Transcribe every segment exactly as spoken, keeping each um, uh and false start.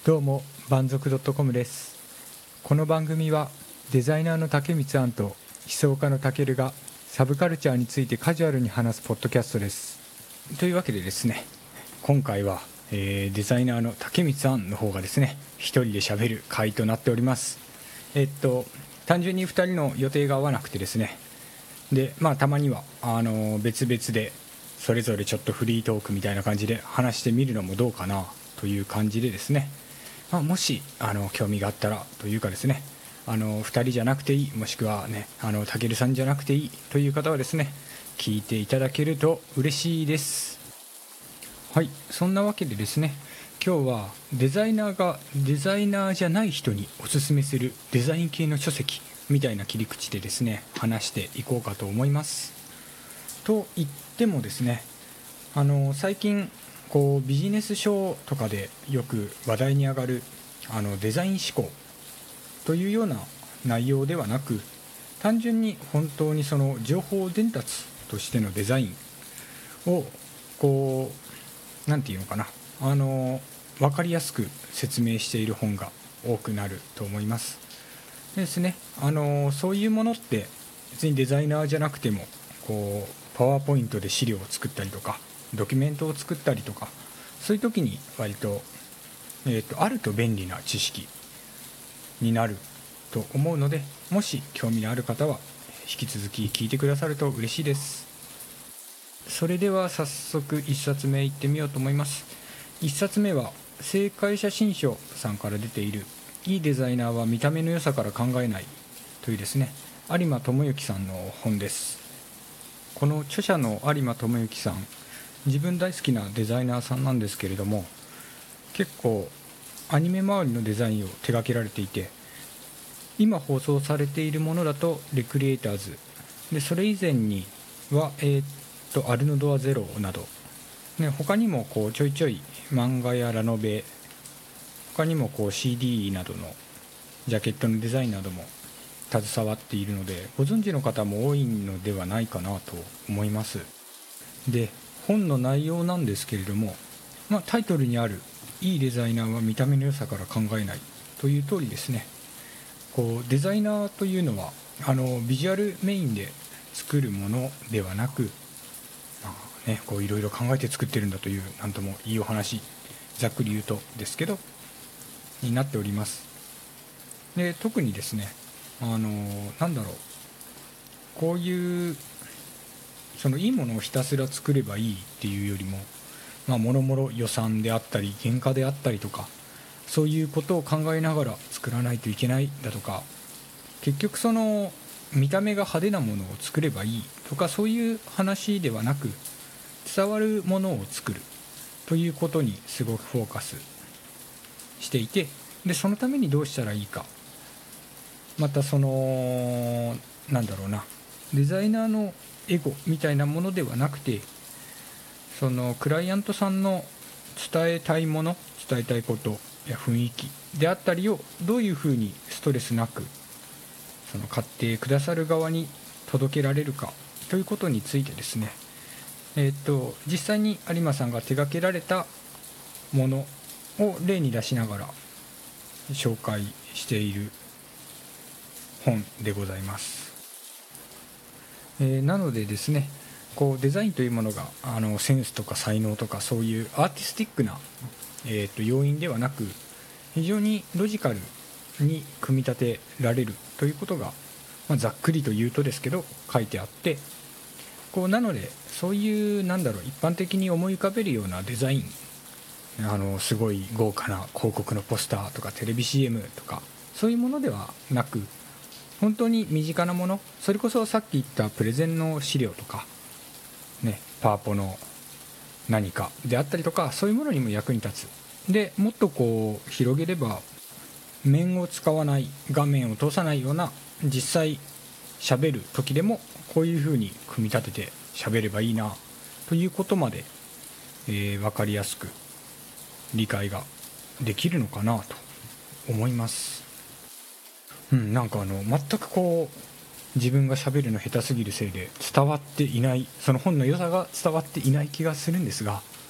どうも万族 .com です。この番組はデザイナーの竹光庵と思想家のたけるがサブカルチャーについてカジュアルに話すポッドキャストです。というわけでですね、今回は、えー、デザイナーの竹光庵の方がですね一人で喋る回となっております。えっと単純にふたりの予定が合わなくてですね、でまあたまにはあの別々でそれぞれちょっとフリートークみたいな感じで話してみるのもどうかなという感じでですね、まあ、もしあの興味があったらというかですね、あのふたりじゃなくていい、もしくはねあのたけるさんじゃなくていいという方はですね聞いていただけると嬉しいです。はい、そんなわけでですね、今日はデザイナーがデザイナーじゃない人におすすめするデザイン系の書籍みたいな切り口でですね話していこうかと思います。と言ってもですね、あの最近こうビジネス書とかでよく話題に上がるあのデザイン思考というような内容ではなく、単純に本当にその情報伝達としてのデザインをこうなんていうのかな、あの分かりやすく説明している本が多くなると思いますでですね。あのそういうものって別にデザイナーじゃなくてもこうパワーポイントで資料を作ったりとかドキュメントを作ったりとか、そういう時に割と、えーと、あると便利な知識になると思うので、もし興味のある方は引き続き聞いてくださると嬉しいです。それでは早速いっさつめいってみようと思います。いっさつめは正解写真書さんから出ているいいデザイナーは見た目の良さから考えないというですね、有馬智之さんの本です。この著者の有馬智之さん、自分大好きなデザイナーさんなんですけれども、結構アニメ周りのデザインを手掛けられていて、今放送されているものだとレクリエイターズで、それ以前には、えー、っとアルノドアゼロなど、ね、他にもこうちょいちょい漫画やラノベ、他にもこう シーディー などのジャケットのデザインなども携わっているので、ご存知の方も多いのではないかなと思います。で本の内容なんですけれども、まあ、タイトルにあるいいデザイナーは見た目の良さから考えないという通りですね、こうデザイナーというのはあのビジュアルメインで作るものではなく、まあね、こういろいろ考えて作ってるんだという、なんともいいお話、ざっくり言うとですけどになっております。で特にですね、あのなんだろう、こういうそのいいものをひたすら作ればいいっていうよりも、まあ、もろもろ予算であったり原価であったりとか、そういうことを考えながら作らないといけないだとか、結局その見た目が派手なものを作ればいいとか、そういう話ではなく、伝わるものを作るということにすごくフォーカスしていて、でそのためにどうしたらいいか、またそのなんだろうな、デザイナーのエゴみたいなものではなくて、そのクライアントさんの伝えたいもの、伝えたいことや雰囲気であったりをどういうふうにストレスなくその買ってくださる側に届けられるかということについてですね、えー、と実際に有馬さんが手掛けられたものを例に出しながら紹介している本でございます。えー、なのでですね、こうデザインというものがあのセンスとか才能とかそういうアーティスティックな、えー、と要因ではなく、非常にロジカルに組み立てられるということが、まあ、ざっくりと言うとですけど書いてあって、こうなのでそういうなんだろう、一般的に思い浮かべるようなデザイン、あのすごい豪華な広告のポスターとかテレビ シーエム とかそういうものではなく、本当に身近なもの、それこそさっき言ったプレゼンの資料とかね、パワポの何かであったりとか、そういうものにも役に立つ。でもっとこう広げれば、面を使わない画面を通さないような実際喋る時でもこういう風に組み立てて喋ればいいなということまで、えー、分かりやすく理解ができるのかなと思います。うん、なんかあの全くこう自分が喋るの下手すぎるせいで伝わっていない、その本の良さが伝わっていない気がするんですが、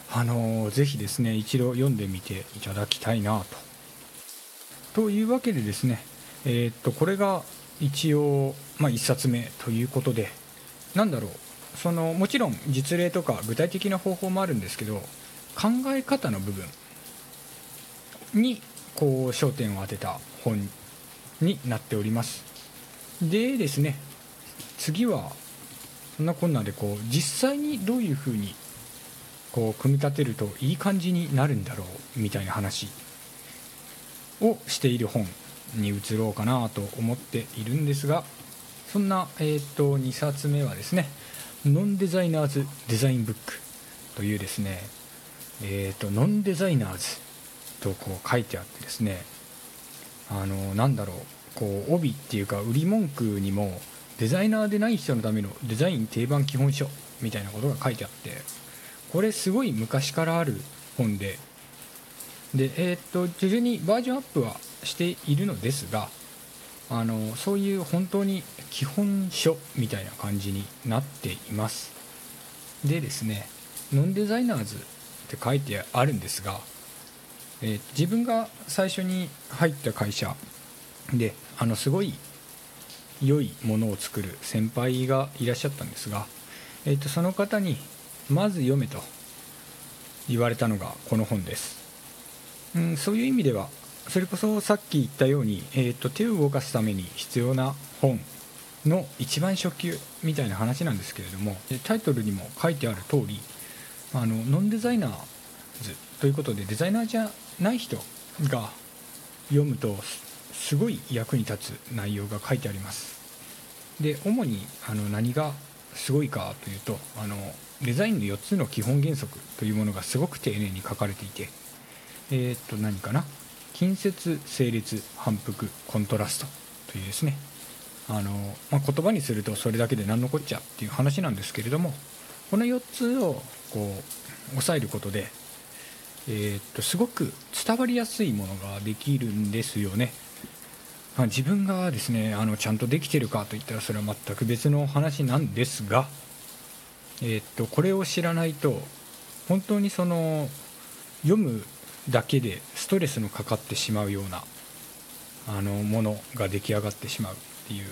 あのーぜひですね一度読んでみていただきたいなと。というわけでですね、えーっとこれが一応、まあ、いっさつめということで、なんだろう、そのもちろん実例とか具体的な方法もあるんですけど、考え方の部分にこう焦点を当てた本になっております。でですね、次はそんなこんなでこう実際にどういうふうにこう組み立てるといい感じになるんだろうみたいな話をしている本に移ろうかなと思っているんですが、そんな、えー、とにさつめはですね、ノンデザイナーズデザインブックというですね、えー、とノンデザイナーズとこう書いてあってですね、あのなんだろう、こう帯っていうか売り文句にもデザイナーでない人のためのデザイン定番基本書みたいなことが書いてあって、これすごい昔からある本で、で、えー、っと徐々にバージョンアップはしているのですが、あのそういう本当に基本書みたいな感じになっています。でですね、ノンデザイナーズって書いてあるんですが、えー、自分が最初に入った会社であのすごい良いものを作る先輩がいらっしゃったんですが、えー、とその方にまず読めと言われたのがこの本です。うん、そういう意味ではそれこそさっき言ったように、えー、と手を動かすために必要な本の一番初級みたいな話なんですけれども、タイトルにも書いてある通り、あのノンデザイナーズということでデザイナーじゃない人が読むとすごい役に立つ内容が書いてあります。で主にあの何がすごいかというと、あのデザインのよっつの基本原則というものがすごく丁寧に書かれていて、えー、っと何かな近接整列反復コントラストというですね、あの、まあ、言葉にするとそれだけで何のこっちゃっていう話なんですけれども、このよっつをこう押さえることで、えー、っとすごく伝わりやすいものができるんですよね。まあ、自分がですねあのちゃんとできてるかといったらそれは全く別の話なんですが、えー、っとこれを知らないと本当にその読むだけでストレスのかかってしまうようなあのものが出来上がってしまうっていう。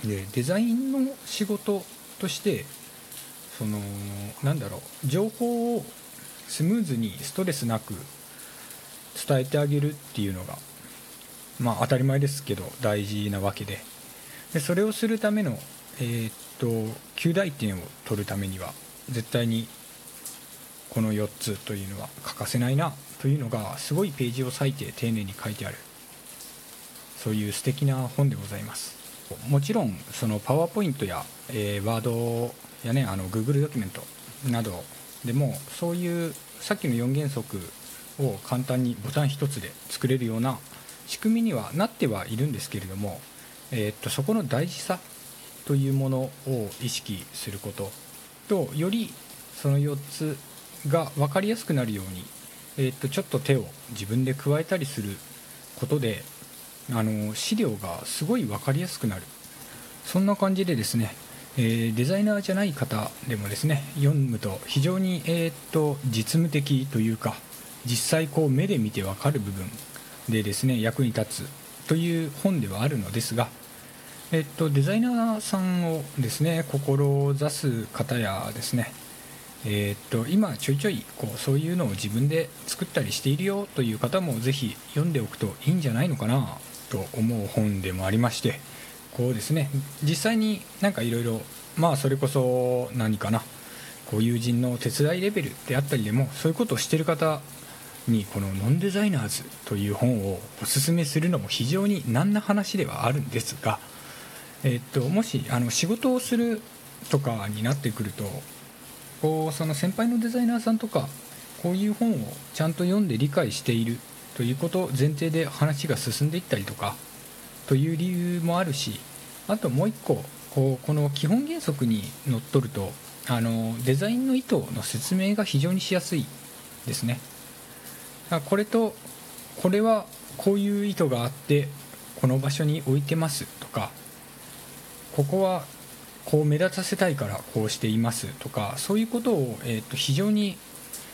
でデザインの仕事としてそのなんだろう、情報をスムーズにストレスなく伝えてあげるっていうのがまあ当たり前ですけど大事なわけで、でそれをするためのえーっと及第点を取るためには絶対にこのよっつというのは欠かせないなというのがすごいページを割いて丁寧に書いてある、そういう素敵な本でございます。もちろんそのパワーポイントや、えー、ワードやね、あの Google ドキュメントなどでもそういうさっきのよん原則を簡単にボタン一つで作れるような仕組みにはなってはいるんですけれども、えー、っとそこの大事さというものを意識することと、よりそのよっつが分かりやすくなるように、えー、っとちょっと手を自分で加えたりすることであの資料がすごい分かりやすくなる、そんな感じでですね、えー、デザイナーじゃない方でもですね読むと非常に、えー、っと実務的というか実際こう目で見て分かる部分でですね役に立つという本ではあるのですが、えっと、デザイナーさんをですね志す方やですね、えっと、今ちょいちょいこうそういうのを自分で作ったりしているよという方もぜひ読んでおくといいんじゃないのかなと思う本でもありまして、こうですね実際になんかいろいろまあそれこそ何かなこう友人の手伝いレベルであったりでもそういうことをしている方にこのノンデザイナーズという本をおすすめするのも非常に難な話ではあるんですが、えー、っともしあの仕事をするとかになってくるとこうその先輩のデザイナーさんとかこういう本をちゃんと読んで理解しているということ前提で話が進んでいったりとかという理由もあるし、あともう一個こうこの基本原則にのっとるとあのデザインの意図の説明が非常にしやすいですね。これとこれはこういう意図があってこの場所に置いてますとか、ここはこう目立たせたいからこうしていますとか、そういうことを、えー、と非常に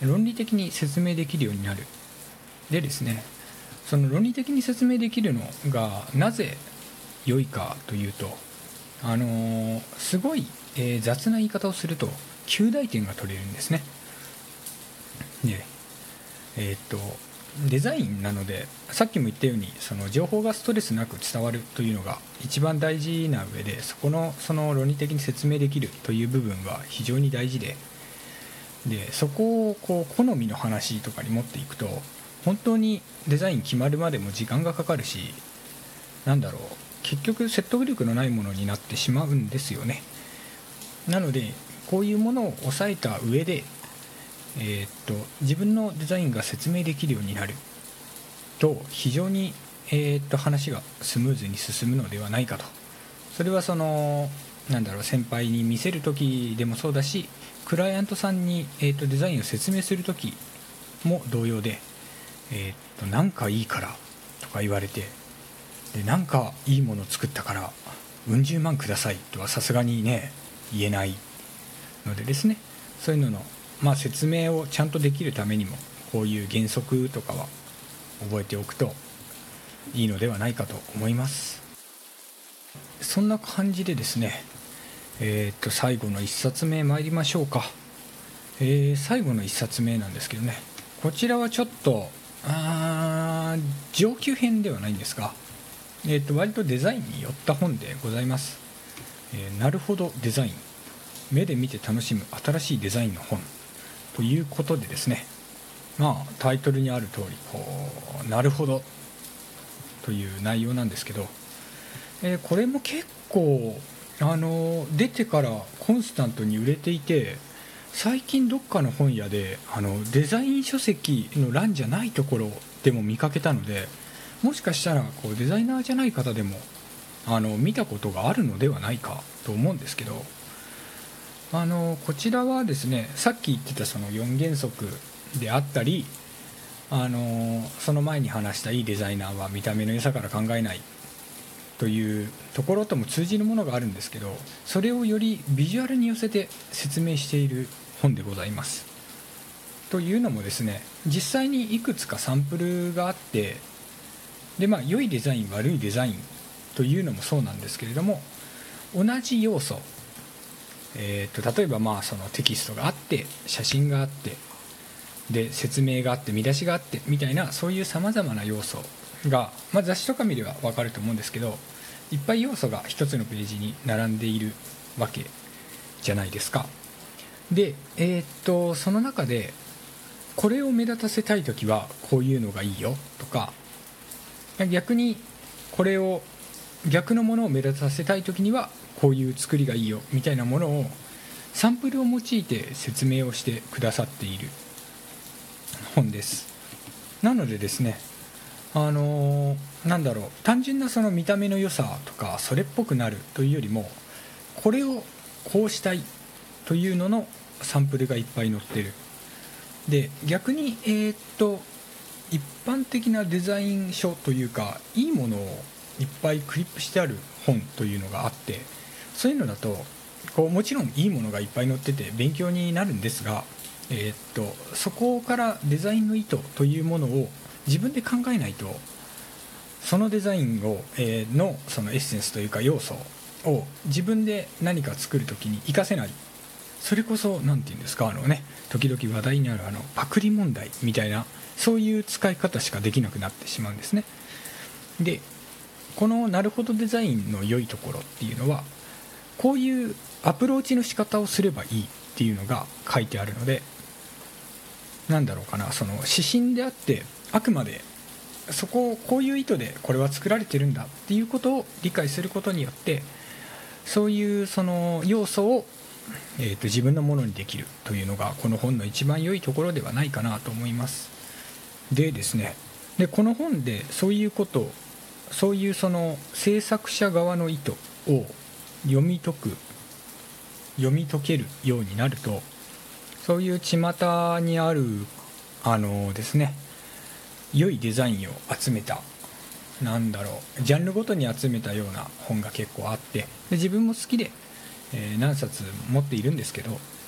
論理的に説明できるようになる。でですね、その論理的に説明できるのがなぜ良いかというと、あのー、すごい、えー、雑な言い方をすると及第点が取れるんですね。で、えー、っとデザインなので、さっきも言ったようにその情報がストレスなく伝わるというのが一番大事な上で、そこのその論理的に説明できるという部分は非常に大事で、でそこをこう好みの話とかに持っていくと本当にデザイン決まるまでも時間がかかるし、なんだろう、結局説得力のないものになってしまうんですよね。なのでこういうものを抑えた上で、えー、っと自分のデザインが説明できるようになると非常に、えー、っと話がスムーズに進むのではないかと。それはそのなんだろう、先輩に見せる時でもそうだし、クライアントさんに、えー、っとデザインを説明する時も同様で、えー、っとなんかいいからとか言われて、でなんかいいものを作ったからうん十万くださいとはさすがにね言えないのでですね、そういうのの、まあ、説明をちゃんとできるためにもこういう原則とかは覚えておくといいのではないかと思います。そんな感じでですね、えー、っと最後のいっさつめ参りましょうか。えー、最後のいっさつめなんですけどね、こちらはちょっとあ上級編ではないんですが、えー、と割とデザインに寄った本でございます。えー、なるほどデザイン、目で見て楽しむ新しいデザインの本ということでですね、まあタイトルにある通りこうなるほどという内容なんですけど、えー、これも結構あの出てからコンスタントに売れていて、最近どっかの本屋であのデザイン書籍の欄じゃないところでも見かけたので、もしかしたらこうデザイナーじゃない方でもあの見たことがあるのではないかと思うんですけど、あのこちらはですね、さっき言ってたそのよん原則であったり、あのその前に話したいいデザイナーは見た目の良さから考えないというところとも通じるものがあるんですけど、それをよりビジュアルに寄せて説明している本でございます。というのもですね、実際にいくつかサンプルがあって、でまあ良いデザイン悪いデザインというのもそうなんですけれども、同じ要素、えー、と例えばまあそのテキストがあって写真があってで説明があって見出しがあってみたいな、そういうさまざまな要素が、まあ、雑誌とか見れば分かると思うんですけど、いっぱい要素が一つのページに並んでいるわけじゃないですか。で、えー、っとその中でこれを目立たせたいときはこういうのがいいよとか、逆にこれを逆のものを目立たせたいときにはこういう作りがいいよみたいなものをサンプルを用いて説明をしてくださっている本です。なのでですね、あのー、なんだろう、単純なその見た目の良さとかそれっぽくなるというよりも、これをこうしたいというののサンプルがいっぱい載ってる。で逆にえー、っと一般的なデザイン書というか、いいものをいっぱいクリップしてある本というのがあって、そういうのだとこうもちろんいいものがいっぱい載ってて勉強になるんですが、えー、っとそこからデザインの意図というものを自分で考えないと、そのデザインを、えー、のそのエッセンスというか要素を自分で何か作るときに活かせない。それこそ何て言うんですか、あのね、時々話題になるあのパクリ問題みたいな、そういう使い方しかできなくなってしまうんですね。でこのなるほどデザインの良いところっていうのは、こういうアプローチの仕方をすればいいっていうのが書いてあるので、なんだろうかな、その指針であって、あくまでそこをこういう意図でこれは作られてるんだっていうことを理解することによって、そういうその要素を、えーと自分のものにできるというのがこの本の一番良いところではないかなと思います。でですね、でこの本でそういうことを、そういうその制作者側の意図を読み解く読み解けるようになると、そういう巷にあるあのですね、良いデザインを集めた、なんだろう、ジャンルごとに集めたような本が結構あって、で自分も好きで、えー、何冊持っているんですけど、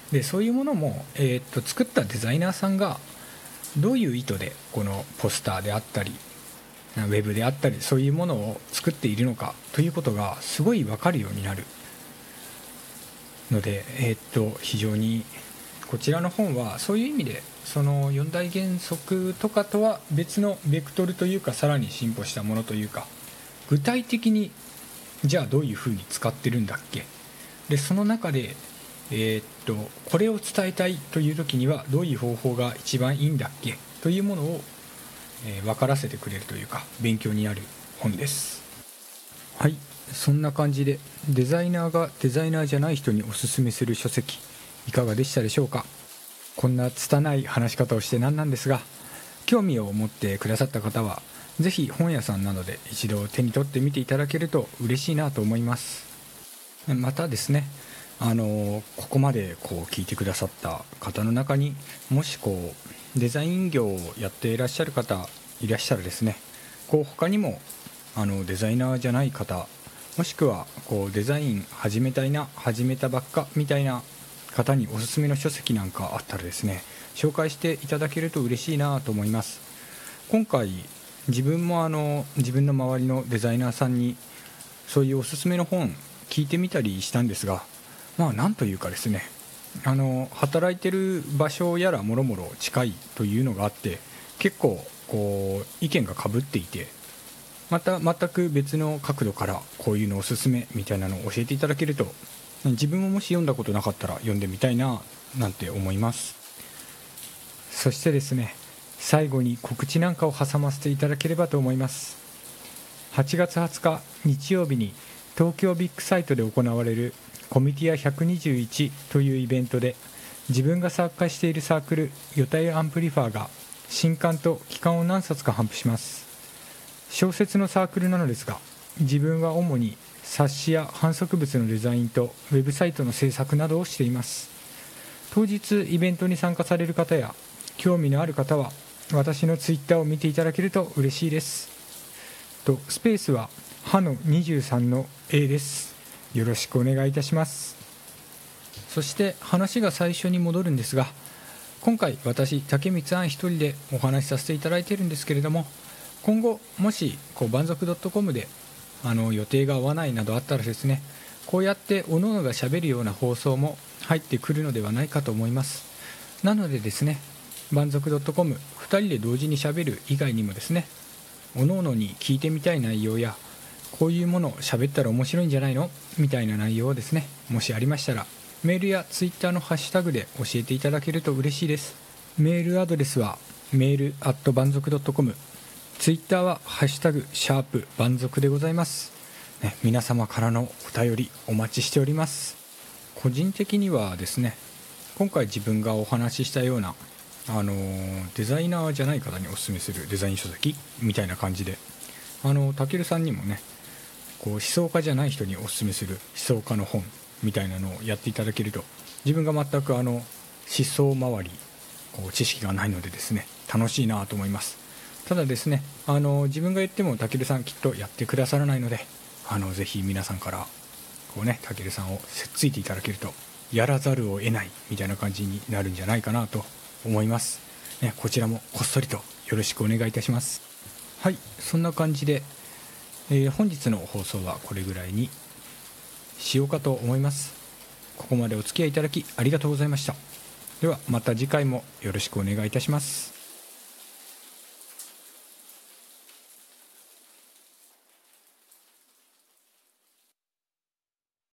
でそういうものも、えー、っと作ったデザイナーさんがどういう意図でこのポスターであったりウェブであったりそういうものを作っているのかということがすごい分かるようになるので、えー、っと非常にこちらの本はそういう意味でそのよん大原則とかとは別のベクトルというか、さらに進歩したものというか、具体的にじゃあどういうふうに使ってるんだっけ、でその中で、えー、っとこれを伝えたいという時にはどういう方法が一番いいんだっけというものを、えー、分からせてくれるというか勉強になる本です。はい、そんな感じでデザイナーがデザイナーじゃない人におすすめする書籍いかがでしたでしょうか。こんな拙い話し方をして何なんですが、興味を持ってくださった方はぜひ本屋さんなどで一度手に取ってみていただけると嬉しいなと思います。またですね、あのここまでこう聞いてくださった方の中にもしこうデザイン業をやっていらっしゃる方いらっしゃるですね、こう他にもあのデザイナーじゃない方、もしくはこうデザイン始めたいな始めたばっかみたいな方におすすめの書籍なんかあったらですね、紹介していただけると嬉しいなと思います。今回自分もあの自分の周りのデザイナーさんにそういうおすすめの本聞いてみたりしたんですが、まあなんというかですね、あの働いてる場所やらもろもろ近いというのがあって、結構こう意見がかぶっていて、また全く別の角度からこういうのおすすめみたいなのを教えていただけると、自分ももし読んだことなかったら読んでみたいななんて思います。そしてですね、最後に告知なんかを挟ませていただければと思います。はちがつはつか日曜日に東京ビッグサイトで行われるコミティアひゃくにじゅういちというイベントで、自分が参加しているサークルヨタエアンプリファーが新刊と期刊を何冊か頒布します。小説のサークルなのですが、自分は主に冊子や販促物のデザインとウェブサイトの制作などをしています。当日イベントに参加される方や興味のある方は私のツイッターを見ていただけると嬉しいです。とスペースははのにじゅうさんの A です。よろしくお願いいたします。そして話が最初に戻るんですが、今回私竹光庵一人でお話しさせていただいているんですけれども、今後もしこう万族 .com であの予定が合わないなどあったらですね、こうやって各々がしゃべるような放送も入ってくるのではないかと思います。なのでですね、万族 .com ふたりで同時にしゃべる以外にもですね、各々に聞いてみたい内容やこういうものをしゃべったら面白いんじゃないのみたいな内容をですね、もしありましたらメールやツイッターのハッシュタグで教えていただけると嬉しいです。メールアドレスはメールアット万族 .com、ツイッターはハッシュタグシャープ万族でございます、ね、皆様からのお便りお待ちしております。個人的にはですね、今回自分がお話ししたようなあのデザイナーじゃない方におすすめするデザイン書籍みたいな感じで、あのたけるさんにもね、こう思想家じゃない人におすすめする思想家の本みたいなのをやっていただけると、自分が全くあの思想周りこう知識がないのでですね、楽しいなと思います。ただですね、あの自分が言ってもたけるさんきっとやってくださらないので、あのぜひ皆さんからこうね、たけるさんをせっついていただけるとやらざるを得ないみたいな感じになるんじゃないかなと思います、ね、こちらもこっそりとよろしくお願いいたします。はい、そんな感じで、えー、本日の放送はこれぐらいにしようかと思います。ここまでお付き合いいただきありがとうございました。ではまた次回もよろしくお願いいたします。